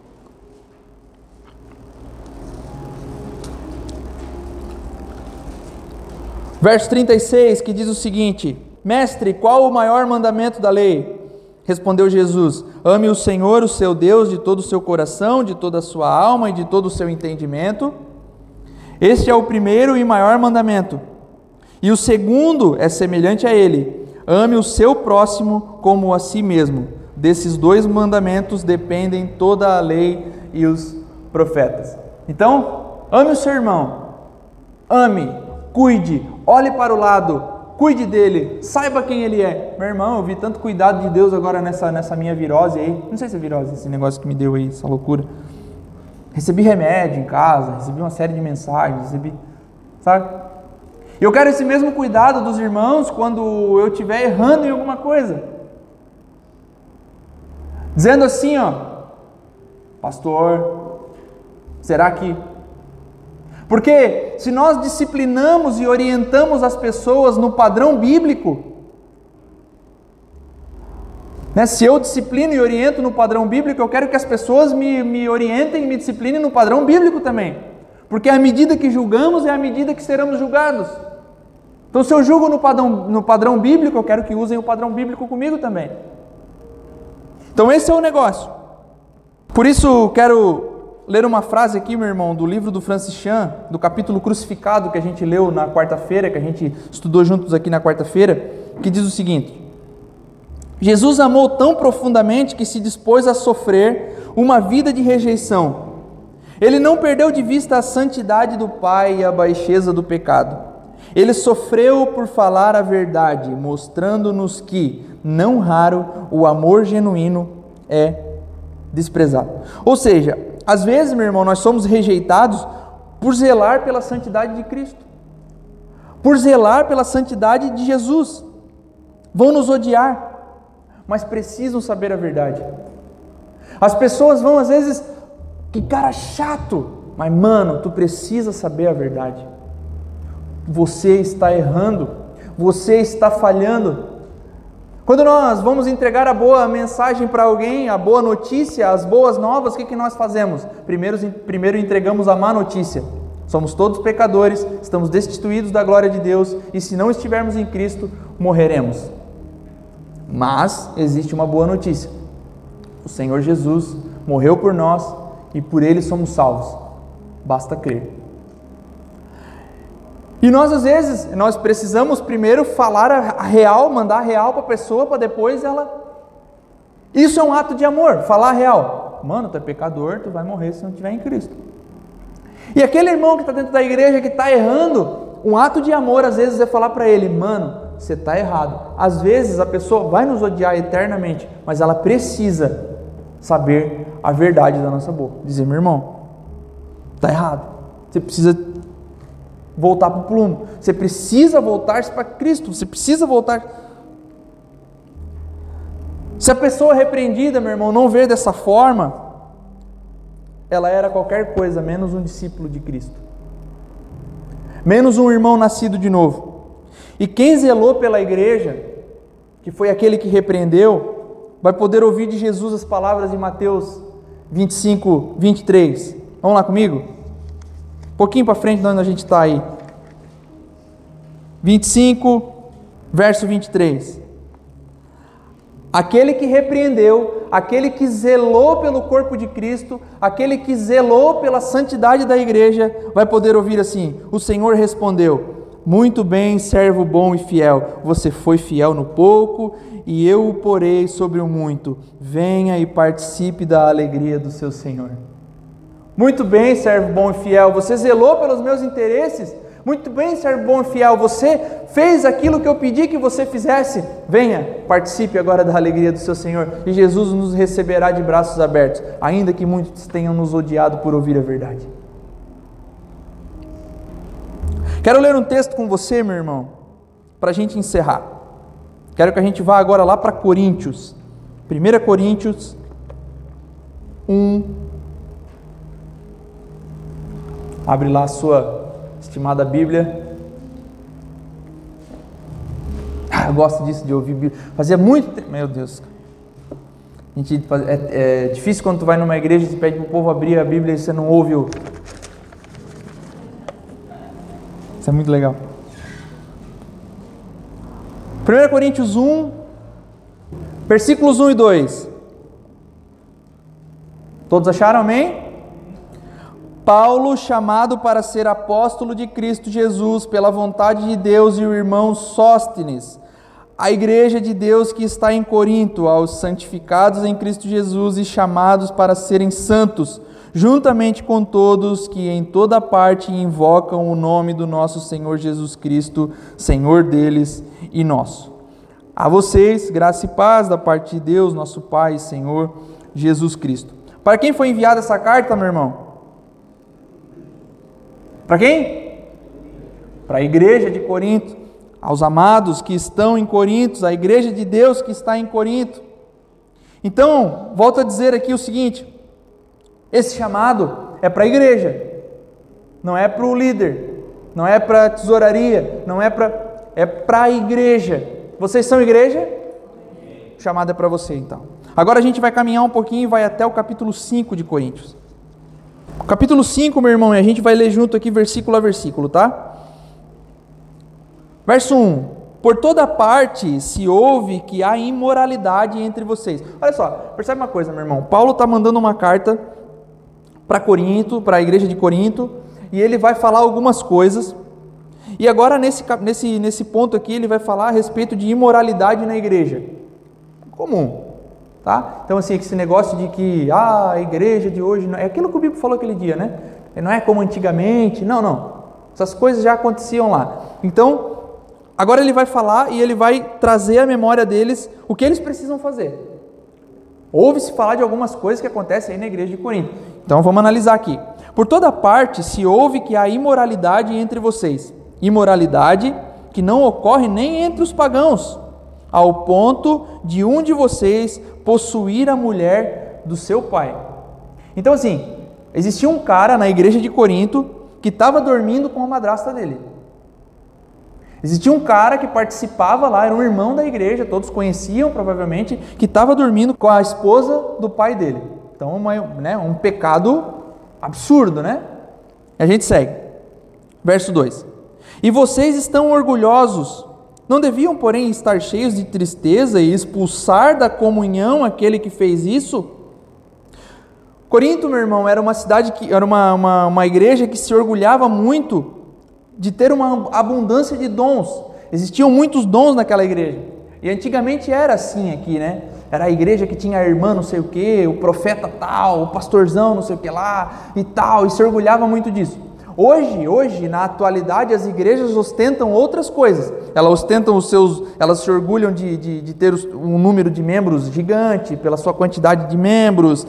Verso 36, que diz o seguinte: Mestre, qual o maior mandamento da lei? Respondeu Jesus: ame o Senhor, o seu Deus, de todo o seu coração, de toda a sua alma e de todo o seu entendimento. Este é o primeiro e maior mandamento. E o segundo é semelhante a ele: ame o seu próximo como a si mesmo. Desses dois mandamentos dependem toda a lei e os profetas. Então, ame o seu irmão. Ame, cuide, olhe para o lado. Cuide dele, saiba quem ele é. Meu irmão, eu vi tanto cuidado de Deus agora nessa minha virose aí. Não sei se é virose, esse negócio que me deu aí, essa loucura. Recebi remédio em casa, recebi uma série de mensagens, sabe? Eu quero esse mesmo cuidado dos irmãos quando eu estiver errando em alguma coisa. Dizendo assim, ó, pastor, será que... Porque se nós disciplinamos e orientamos as pessoas no padrão bíblico, né? Se eu disciplino e oriento no padrão bíblico, eu quero que as pessoas me orientem e me disciplinem no padrão bíblico também. Porque a medida que julgamos é a medida que seremos julgados. Então se eu julgo no padrão bíblico, eu quero que usem o padrão bíblico comigo também. Então esse é o negócio. Por isso quero ler uma frase aqui, meu irmão, do livro do Francis Chan, do capítulo Crucificado, que a gente leu na quarta-feira, que a gente estudou juntos aqui na quarta-feira, que diz o seguinte: Jesus amou tão profundamente que se dispôs a sofrer uma vida de rejeição. Ele não perdeu de vista a santidade do Pai e a baixeza do pecado. Ele sofreu por falar a verdade, mostrando-nos que, não raro, o amor genuíno é desprezado. Ou seja, às vezes, meu irmão, nós somos rejeitados por zelar pela santidade de Cristo, por zelar pela santidade de Jesus. Vão nos odiar, mas precisam saber a verdade. As pessoas vão, às vezes, que cara chato, mas mano, tu precisa saber a verdade. Você está errando, você está falhando. Quando nós vamos entregar a boa mensagem para alguém, a boa notícia, as boas novas, o que nós fazemos? Primeiro entregamos a má notícia. Somos todos pecadores, estamos destituídos da glória de Deus e se não estivermos em Cristo, morreremos. Mas existe uma boa notícia. O Senhor Jesus morreu por nós e por Ele somos salvos. Basta crer. E nós, às vezes, nós precisamos primeiro falar a real, mandar a real para a pessoa, para depois ela... Isso é um ato de amor, falar a real. Mano, tu é pecador, tu vai morrer se não estiver em Cristo. E aquele irmão que está dentro da igreja, que está errando, um ato de amor, às vezes, é falar para ele: mano, você está errado. Às vezes, a pessoa vai nos odiar eternamente, mas ela precisa saber a verdade da nossa boca. Dizer: meu irmão, está errado. Você precisa voltar para o plumo. Você precisa voltar-se para Cristo. Você precisa voltar. Se a pessoa repreendida, meu irmão, não ver dessa forma, ela era qualquer coisa menos um discípulo de Cristo, menos um irmão nascido de novo. E quem zelou pela igreja, que foi aquele que repreendeu, vai poder ouvir de Jesus as palavras de Mateus 25, 23. Vamos lá comigo? Um pouquinho para frente de onde a gente está aí. 25, verso 23. Aquele que repreendeu, aquele que zelou pelo corpo de Cristo, aquele que zelou pela santidade da igreja, vai poder ouvir assim: o Senhor respondeu: muito bem, servo bom e fiel, você foi fiel no pouco, e eu o porei sobre o muito. Venha e participe da alegria do seu Senhor. Muito bem, servo bom e fiel, você zelou pelos meus interesses. Muito bem, servo bom e fiel, você fez aquilo que eu pedi que você fizesse. Venha, participe agora da alegria do seu Senhor, e Jesus nos receberá de braços abertos, ainda que muitos tenham nos odiado por ouvir a verdade. Quero ler um texto com você, meu irmão, para a gente encerrar. Quero que a gente vá agora lá para Coríntios. 1 Coríntios 1. Abre lá a sua estimada Bíblia. Eu gosto disso, de ouvir Bíblia. Fazia muito tempo, meu Deus. É difícil quando tu vai numa igreja e pede para o povo abrir a Bíblia e você não ouve o... Isso é muito legal. 1 Coríntios 1, versículos 1 e 2. Todos acharam, amém? Paulo, chamado para ser apóstolo de Cristo Jesus, pela vontade de Deus, e o irmão Sóstenes, a igreja de Deus que está em Corinto, aos santificados em Cristo Jesus e chamados para serem santos, juntamente com todos que em toda parte invocam o nome do nosso Senhor Jesus Cristo, Senhor deles e nosso. A vocês, graça e paz da parte de Deus, nosso Pai e Senhor Jesus Cristo. Para quem foi enviada essa carta, meu irmão? Para quem? Para a igreja de Corinto, aos amados que estão em Corinto, a igreja de Deus que está em Corinto. Então, volto a dizer aqui o seguinte: esse chamado é para a igreja, não é para o líder, não é para a tesouraria, é para a igreja. Vocês são igreja? O chamado é para você, então. Agora a gente vai caminhar um pouquinho e vai até o capítulo 5 de Coríntios. Capítulo 5, meu irmão, e a gente vai ler junto aqui versículo a versículo, tá? Verso 1: por toda parte se ouve que há imoralidade entre vocês. Olha só, percebe uma coisa, meu irmão. Paulo está mandando uma carta para Corinto, para a igreja de Corinto, e ele vai falar algumas coisas. E agora nesse ponto aqui ele vai falar a respeito de imoralidade na igreja. Comum, tá? Então assim, esse negócio de que a igreja de hoje não é aquilo que o Bíblia falou aquele dia, né? Não é como antigamente. Não. Essas coisas já aconteciam lá. Então, agora ele vai falar e ele vai trazer à memória deles o que eles precisam fazer. Ouve-se falar de algumas coisas que acontecem aí na igreja de Corinto. Então vamos analisar aqui. Por toda parte se ouve que há imoralidade entre vocês. Imoralidade que não ocorre nem entre os pagãos, ao ponto de um de vocês possuir a mulher do seu pai. Então assim, existia um cara na igreja de Corinto que estava dormindo com a madrasta dele. Existia um cara que participava lá, era um irmão da igreja, todos conheciam provavelmente, que estava dormindo com a esposa do pai dele. Então, um pecado absurdo, né? E a gente segue. Verso 2. E vocês estão orgulhosos, não deviam, porém, estar cheios de tristeza e expulsar da comunhão aquele que fez isso? Corinto, meu irmão, era uma cidade que era uma igreja que se orgulhava muito de ter uma abundância de dons. Existiam muitos dons naquela igreja. E antigamente era assim aqui, né? Era a igreja que tinha a irmã não sei o que, o profeta tal, o pastorzão não sei o que lá e tal, e se orgulhava muito disso. Hoje, na atualidade, as igrejas ostentam outras coisas. Elas se orgulham de ter um número de membros gigante, pela sua quantidade de membros,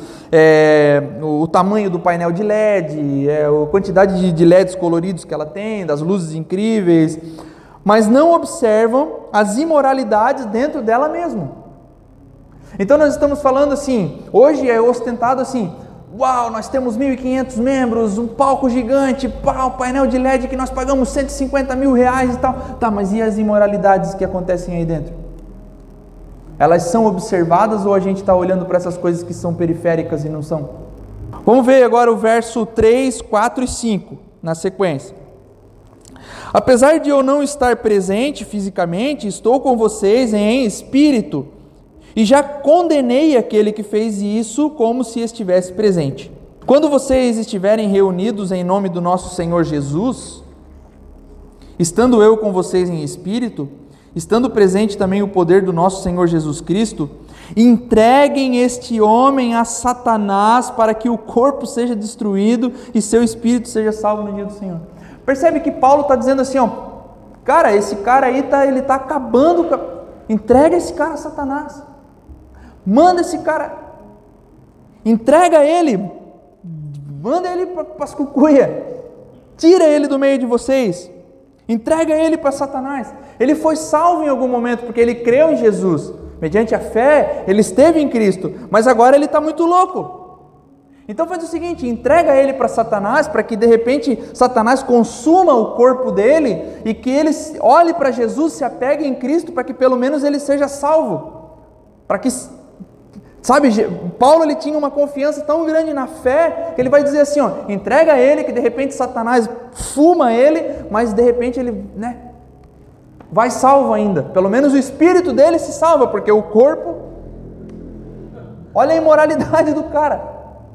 o tamanho do painel de LED, a quantidade de LEDs coloridos que ela tem, das luzes incríveis, mas não observam as imoralidades dentro dela mesma. Então nós estamos falando assim, hoje é ostentado assim, uau, nós temos 1.500 membros, um palco gigante, um painel de LED que nós pagamos 150 mil reais e tal. Tá, mas e as imoralidades que acontecem aí dentro? Elas são observadas ou a gente está olhando para essas coisas que são periféricas e não são? Vamos ver agora o verso 3, 4 e 5, na sequência. Apesar de eu não estar presente fisicamente, estou com vocês em espírito, e já condenei aquele que fez isso como se estivesse presente. Quando vocês estiverem reunidos em nome do nosso Senhor Jesus, estando eu com vocês em espírito, estando presente também o poder do nosso Senhor Jesus Cristo, entreguem este homem a Satanás para que o corpo seja destruído e seu espírito seja salvo no dia do Senhor. Percebe que Paulo está dizendo assim, ó, cara, esse cara aí ele está acabando, entrega esse cara a Satanás, manda esse cara, entrega ele, manda ele para as cucuias, tira ele do meio de vocês, entrega ele para Satanás. Ele foi salvo em algum momento porque ele creu em Jesus, mediante a fé, ele esteve em Cristo, mas agora ele está muito louco. Então faz o seguinte, entrega ele para Satanás, para que de repente Satanás consuma o corpo dele e que ele olhe para Jesus, se apegue em Cristo, para que pelo menos ele seja salvo. Para que, sabe, Paulo ele tinha uma confiança tão grande na fé, que ele vai dizer assim, ó, entrega ele, que de repente Satanás fuma ele, mas de repente ele, vai salvo ainda. Pelo menos o espírito dele se salva, porque o corpo, olha a imoralidade do cara.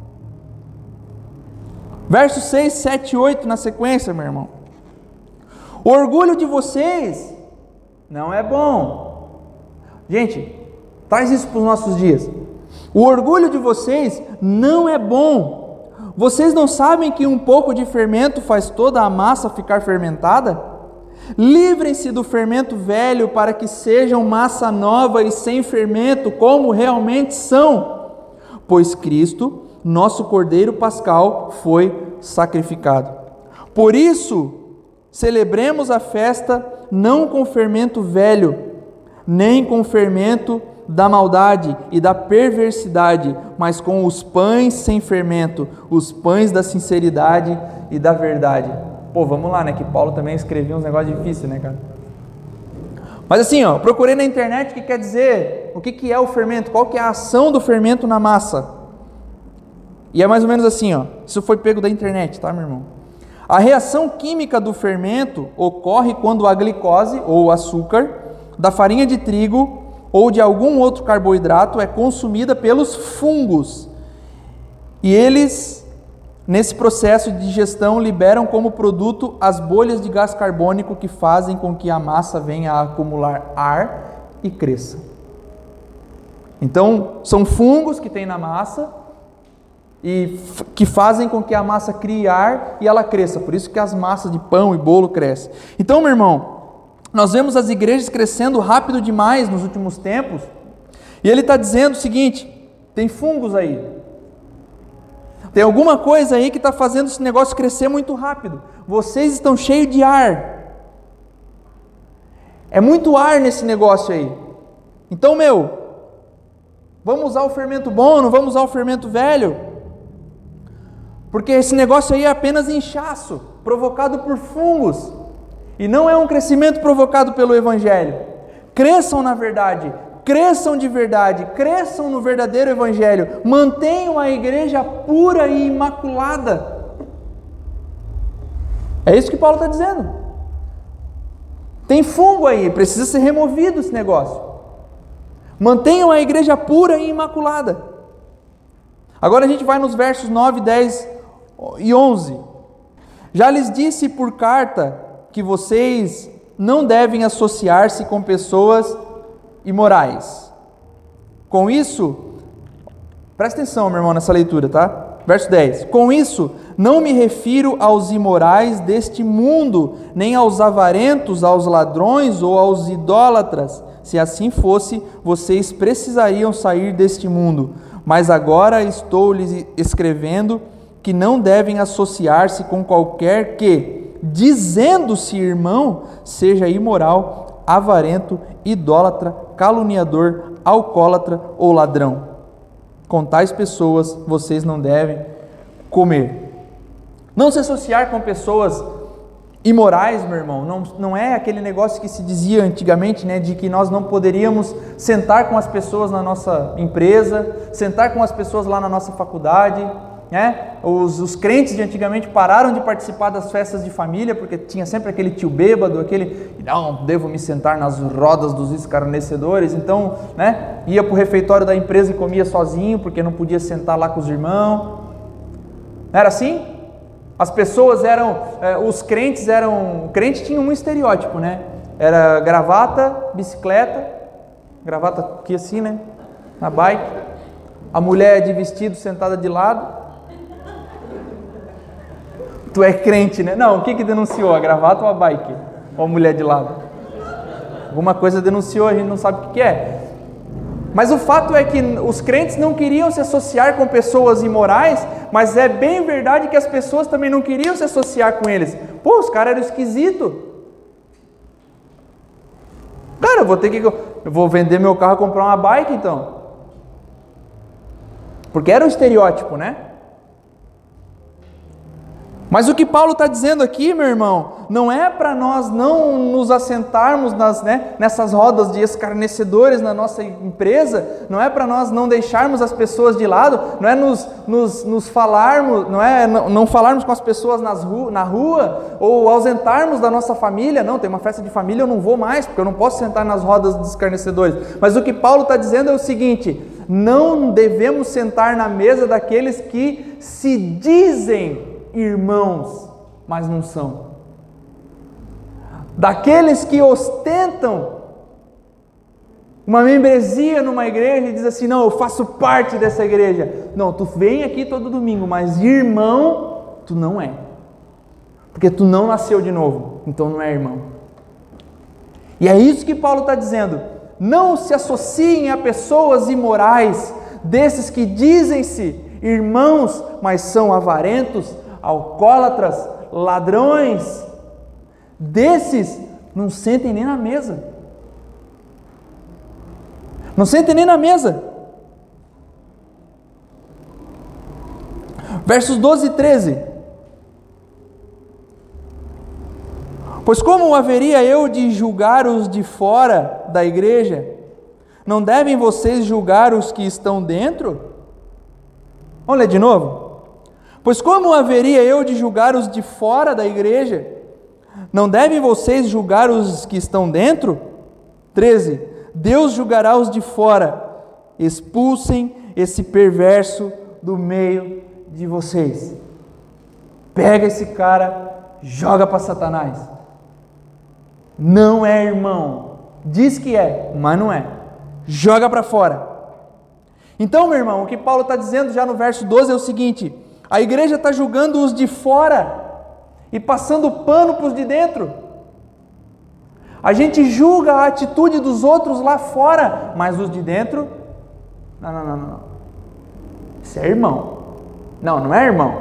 Versos 6, 7 e 8 na sequência, meu irmão. O orgulho de vocês não é bom. Gente, traz isso para os nossos dias. O orgulho de vocês não é bom. Vocês não sabem que um pouco de fermento faz toda a massa ficar fermentada? Livrem-se do fermento velho para que sejam massa nova e sem fermento, como realmente são. Pois Cristo, nosso Cordeiro Pascal, foi sacrificado. Por isso, celebremos a festa não com fermento velho, nem com fermento da maldade e da perversidade, mas com os pães sem fermento, os pães da sinceridade e da verdade. Pô, vamos lá, né? Que Paulo também escrevia uns negócios difíceis, né, cara? Mas assim, ó, procurei na internet o que quer dizer, o que é o fermento, qual que é a ação do fermento na massa. E é mais ou menos assim, ó. Isso foi pego da internet, tá, meu irmão? A reação química do fermento ocorre quando a glicose, ou açúcar, da farinha de trigo ou de algum outro carboidrato é consumida pelos fungos. E eles, nesse processo de digestão, liberam como produto as bolhas de gás carbônico que fazem com que a massa venha a acumular ar e cresça. Então, são fungos que tem na massa e que fazem com que a massa crie ar e ela cresça. Por isso que as massas de pão e bolo crescem. Então, meu irmão, nós vemos as igrejas crescendo rápido demais nos últimos tempos. E ele está dizendo o seguinte, tem fungos aí. Tem alguma coisa aí que está fazendo esse negócio crescer muito rápido. Vocês estão cheios de ar. É muito ar nesse negócio aí. Então, vamos usar o fermento bom, não vamos usar o fermento velho? Porque esse negócio aí é apenas inchaço, provocado por fungos, e não é um crescimento provocado pelo Evangelho. Cresçam na verdade, cresçam de verdade, cresçam no verdadeiro Evangelho, mantenham a igreja pura e imaculada. É isso que Paulo está dizendo. Tem fungo aí, precisa ser removido esse negócio. Mantenham a igreja pura e imaculada. Agora a gente vai nos versos 9, 10 e 11. Já lhes disse por carta que vocês não devem associar-se com pessoas imorais. Com isso, presta atenção, meu irmão, nessa leitura, tá? Verso 10. Com isso, não me refiro aos imorais deste mundo, nem aos avarentos, aos ladrões ou aos idólatras. Se assim fosse, vocês precisariam sair deste mundo. Mas agora estou lhes escrevendo que não devem associar-se com qualquer que, dizendo-se irmão, seja imoral, avarento, idólatra, caluniador, alcoólatra ou ladrão. com tais pessoas vocês não devem comer. Não se associar com pessoas imorais, meu irmão, não é aquele negócio que se dizia antigamente, né, de que nós não poderíamos sentar com as pessoas na nossa empresa, sentar com as pessoas lá na nossa faculdade, né? Os crentes de antigamente pararam de participar das festas de família, porque tinha sempre aquele tio bêbado, não, devo me sentar nas rodas dos escarnecedores, então, né, ia para o refeitório da empresa e comia sozinho, porque não podia sentar lá com os irmãos. Não era assim? As pessoas os crentes o crente tinha um estereótipo, né? Era gravata, bicicleta, gravata aqui assim, né? Na bike, a mulher de vestido sentada de lado. Tu é crente, né? Não, o que denunciou? A gravata ou a bike? Ou a mulher de lado? Alguma coisa denunciou, a gente não sabe o que é. Mas o fato é que os crentes não queriam se associar com pessoas imorais, mas é bem verdade que as pessoas também não queriam se associar com eles. Pô, os caras eram esquisitos. Cara, eu vou vender meu carro e comprar uma bike então. Porque era um estereótipo, né? Mas o que Paulo está dizendo aqui, meu irmão, não é para nós não nos assentarmos nessas rodas de escarnecedores na nossa empresa, não é para nós não deixarmos as pessoas de lado, não é nos falarmos, não falarmos com as pessoas na rua, ou ausentarmos da nossa família. Não, tem uma festa de família, eu não vou mais, porque eu não posso sentar nas rodas dos escarnecedores. Mas o que Paulo está dizendo é o seguinte: não devemos sentar na mesa daqueles que se dizem irmãos, mas não são. Daqueles que ostentam uma membresia numa igreja e diz assim: não, eu faço parte dessa igreja. Não, tu vem aqui todo domingo, mas irmão, tu não é. Porque tu não nasceu de novo, então não é irmão. E é isso que Paulo está dizendo. Não se associem a pessoas imorais, desses que dizem-se irmãos, mas são avarentos, alcoólatras, ladrões. Desses não sentem nem na mesa. Não sentem nem na mesa. Versos 12 e 13. Pois como haveria eu de julgar os de fora da igreja? Não devem vocês julgar os que estão dentro? Vamos ler de novo? Pois como haveria eu de julgar os de fora da igreja? Não devem vocês julgar os que estão dentro? 13. Deus julgará os de fora. Expulsem esse perverso do meio de vocês. Pega esse cara, joga para Satanás. Não é irmão. Diz que é, mas não é. Joga para fora. Então, meu irmão, o que Paulo está dizendo já no verso 12 é o seguinte: a igreja está julgando os de fora e passando pano para os de dentro. A gente julga a atitude dos outros lá fora, mas os de dentro, não. Isso é irmão. Não é irmão.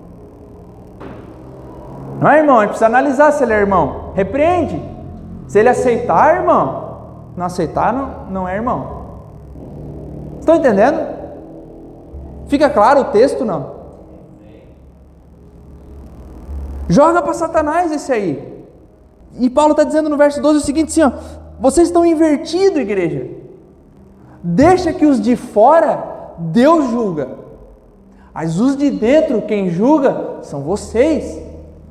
Não é irmão, a gente precisa analisar se ele é irmão. Repreende. Se ele aceitar, irmão. Não aceitar, não é irmão. Estão entendendo? Fica claro o texto, não? Joga para Satanás esse aí. E Paulo está dizendo no verso 12 o seguinte assim, ó: vocês estão invertidos, igreja. Deixa que os de fora Deus julga. Mas os de dentro, quem julga são vocês.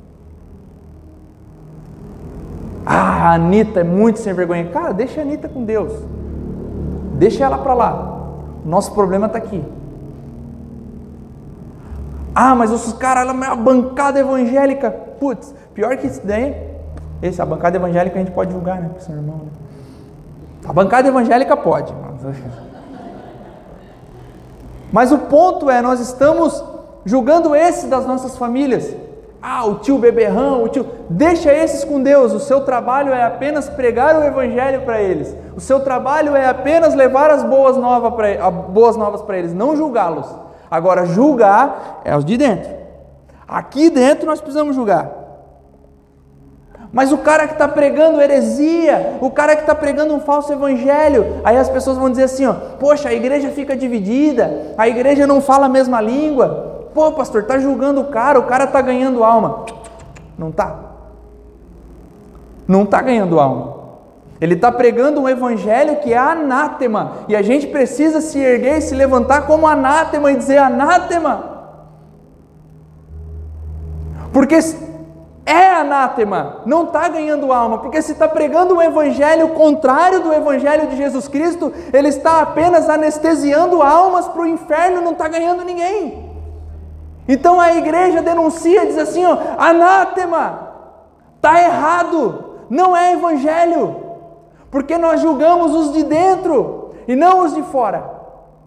Ah, a Anitta é muito sem vergonha. Cara, deixa a Anitta com Deus. Deixa ela para lá. Nosso problema está aqui. Ah, mas os caras, ela é uma bancada evangélica. Putz, pior que isso daí. A bancada evangélica a gente pode julgar, né? Seu irmão, né? A bancada evangélica pode. Mas o ponto é, nós estamos julgando esse das nossas famílias. Ah, o tio beberrão, deixa esses com Deus. O seu trabalho é apenas pregar o evangelho para eles. O seu trabalho é apenas levar as boas novas para eles, não julgá-los. Agora, julgar é os de dentro. Aqui dentro nós precisamos julgar. Mas o cara que está pregando heresia, o cara que está pregando um falso evangelho, aí as pessoas vão dizer assim, ó, poxa, a igreja fica dividida, a igreja não fala a mesma língua. Pô, pastor, está julgando o cara está ganhando alma. Não está. Não está ganhando alma. Ele está pregando um evangelho que é anátema, e a gente precisa se erguer e se levantar como anátema e dizer anátema. Porque é anátema, não está ganhando alma, porque se está pregando um evangelho contrário do evangelho de Jesus Cristo, ele está apenas anestesiando almas para o inferno, não está ganhando ninguém. Então a igreja denuncia, diz assim, ó, anátema, está errado, não é evangelho, porque nós julgamos os de dentro e não os de fora.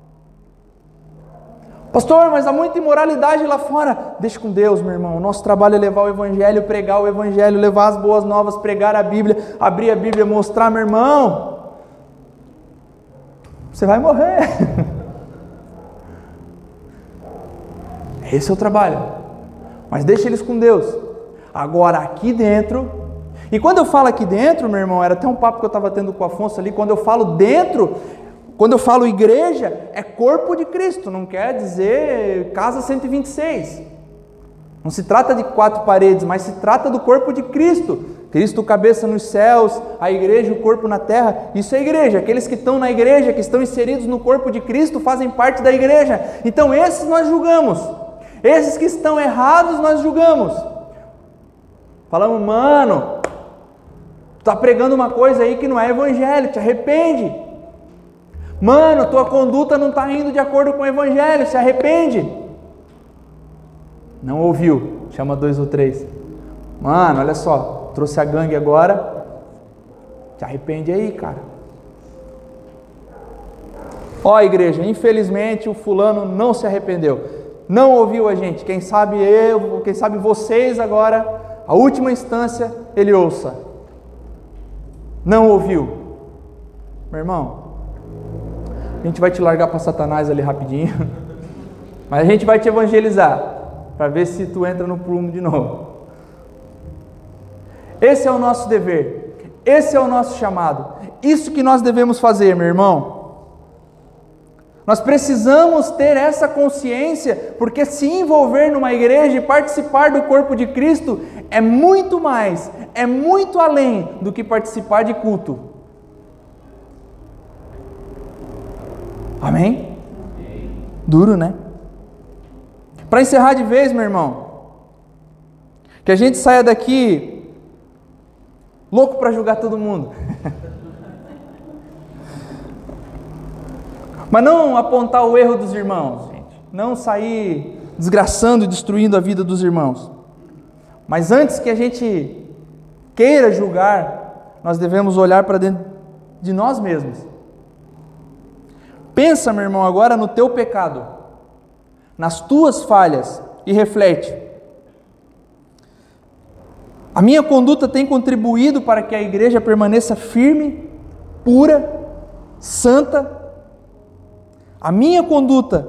Pastor, mas há muita imoralidade lá fora. Deixa com Deus, meu irmão. O nosso trabalho é levar o evangelho, pregar o evangelho, levar as boas novas, pregar a Bíblia, abrir a Bíblia, mostrar, meu irmão. Você vai morrer. Esse é o trabalho. Mas deixa eles com Deus. Agora, aqui dentro... E quando eu falo aqui dentro, meu irmão, era até um papo que eu estava tendo com o Afonso ali, quando eu falo dentro... Quando eu falo igreja, é corpo de Cristo, não quer dizer casa 126. Não se trata de 4 paredes, mas se trata do corpo de Cristo. Cristo cabeça nos céus, a igreja o corpo na terra. Isso é igreja. Aqueles que estão na igreja, que estão inseridos no corpo de Cristo, fazem parte da igreja. Então esses nós julgamos. Esses que estão errados nós julgamos. Falamos, mano, tu está pregando uma coisa aí que não é evangelho, te arrepende. Mano, tua conduta não está indo de acordo com o evangelho, se arrepende. Não ouviu, chama 2 ou 3. Mano, olha só, trouxe a gangue agora, te arrepende aí, cara. Ó, igreja, infelizmente o fulano não se arrependeu, não ouviu a gente. Quem sabe vocês agora, a última instância, ele ouça. Não ouviu. Meu irmão, a gente vai te largar para Satanás ali rapidinho, mas a gente vai te evangelizar, para ver se tu entra no prumo de novo. Esse é o nosso dever, esse é o nosso chamado, isso que nós devemos fazer, meu irmão. Nós precisamos ter essa consciência, porque se envolver numa igreja e participar do corpo de Cristo é muito mais, é muito além do que participar de culto. Amém? Duro, né? Para encerrar de vez, meu irmão, que a gente saia daqui louco para julgar todo mundo. Mas não apontar o erro dos irmãos, gente. Não sair desgraçando e destruindo a vida dos irmãos. Mas antes que a gente queira julgar, nós devemos olhar para dentro de nós mesmos. Pensa, meu irmão, agora no teu pecado, nas tuas falhas e reflete. A minha conduta tem contribuído para que a igreja permaneça firme, pura, santa? A minha conduta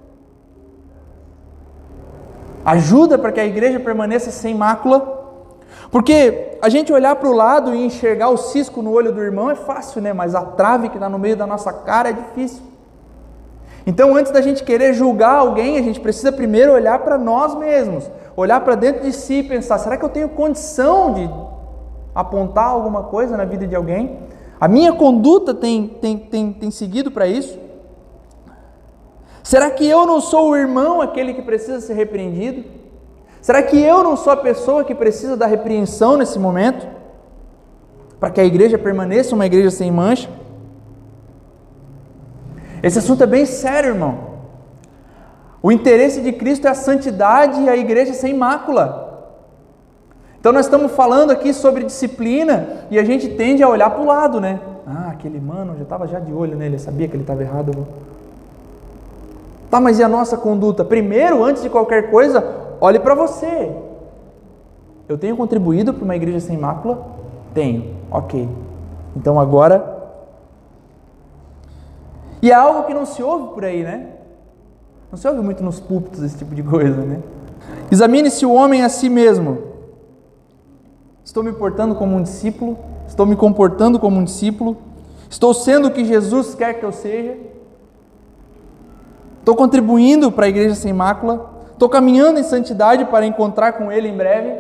ajuda para que a igreja permaneça sem mácula? Porque a gente olhar para o lado e enxergar o cisco no olho do irmão é fácil, né? Mas a trave que está no meio da nossa cara é difícil. Então, antes da gente querer julgar alguém, a gente precisa primeiro olhar para nós mesmos, olhar para dentro de si e pensar, será que eu tenho condição de apontar alguma coisa na vida de alguém? A minha conduta tem seguido para isso? Será que eu não sou o irmão, aquele que precisa ser repreendido? Será que eu não sou a pessoa que precisa da repreensão nesse momento? Para que a igreja permaneça uma igreja sem mancha? Esse assunto é bem sério, irmão. O interesse de Cristo é a santidade e a igreja sem mácula. Então nós estamos falando aqui sobre disciplina e a gente tende a olhar para o lado, né? Ah, aquele mano, eu já estava de olho nele, eu sabia que ele estava errado. Tá, mas e a nossa conduta? Primeiro, antes de qualquer coisa, olhe para você. Eu tenho contribuído para uma igreja sem mácula? Tenho, ok. Então agora... E é algo que não se ouve por aí, né? Não se ouve muito nos púlpitos esse tipo de coisa, né? Examine-se o homem a si mesmo. Estou me portando como um discípulo? Estou me comportando como um discípulo? Estou sendo o que Jesus quer que eu seja? Estou contribuindo para a igreja sem mácula? Estou caminhando em santidade para encontrar com Ele em breve?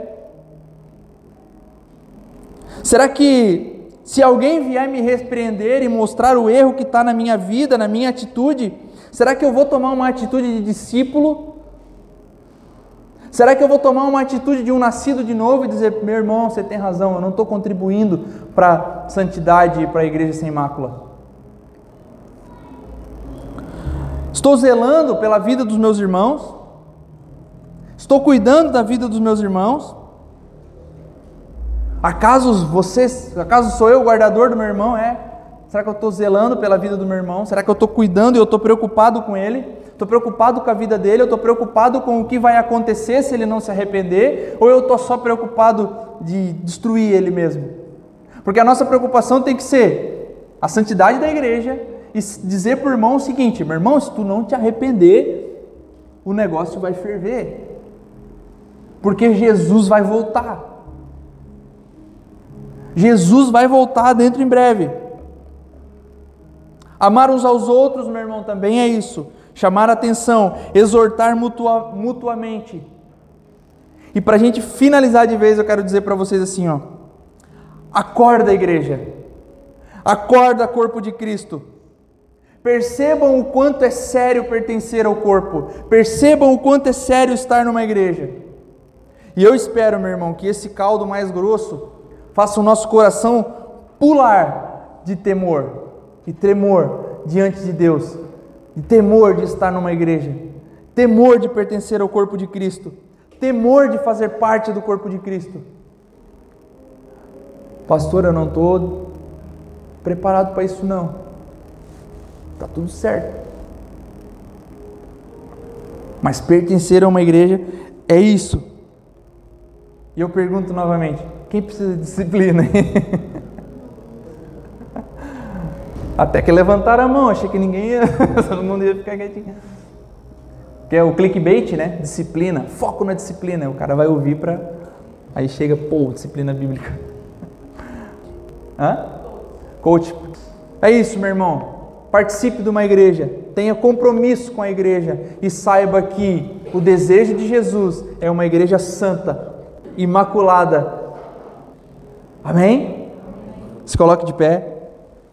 Será que se alguém vier me repreender e mostrar o erro que está na minha vida, na minha atitude, será que eu vou tomar uma atitude de discípulo? Será que eu vou tomar uma atitude de um nascido de novo e dizer, meu irmão, você tem razão, eu não estou contribuindo para a santidade e para a igreja sem mácula? Estou zelando pela vida dos meus irmãos? Estou cuidando da vida dos meus irmãos? Acaso sou eu o guardador do meu irmão? Será que eu estou zelando pela vida do meu irmão? Será que eu estou cuidando e eu estou preocupado com ele? Estou preocupado com a vida dele? Eu estou preocupado com o que vai acontecer se ele não se arrepender? Ou eu estou só preocupado de destruir ele mesmo? Porque a nossa preocupação tem que ser a santidade da igreja e dizer para o irmão o seguinte, meu irmão, se tu não te arrepender, o negócio vai ferver. Porque Jesus vai voltar. Jesus vai voltar dentro em breve. Amar uns aos outros, meu irmão, também é isso. Chamar a atenção, exortar mutuamente. E para a gente finalizar de vez, eu quero dizer para vocês assim, acorda, igreja. Acorda, corpo de Cristo. Percebam o quanto é sério pertencer ao corpo. Percebam o quanto é sério estar numa igreja. E eu espero, meu irmão, que esse caldo mais grosso faça o nosso coração pular de temor e tremor diante de Deus, de temor de estar numa igreja, temor de pertencer ao corpo de Cristo, temor de fazer parte do corpo de Cristo. Pastor, eu não estou preparado para isso não. Está tudo certo. Mas pertencer a uma igreja é isso. E eu pergunto novamente, quem precisa de disciplina? Até que levantaram a mão, achei que ninguém ia, todo mundo ia ficar quietinho. Que é o clickbait, né? Disciplina, foco na disciplina. O cara vai ouvir para... Aí chega, disciplina bíblica. Coach. É isso, meu irmão. Participe de uma igreja, tenha compromisso com a igreja e saiba que o desejo de Jesus é uma igreja santa, imaculada. Amém? Se coloque de pé.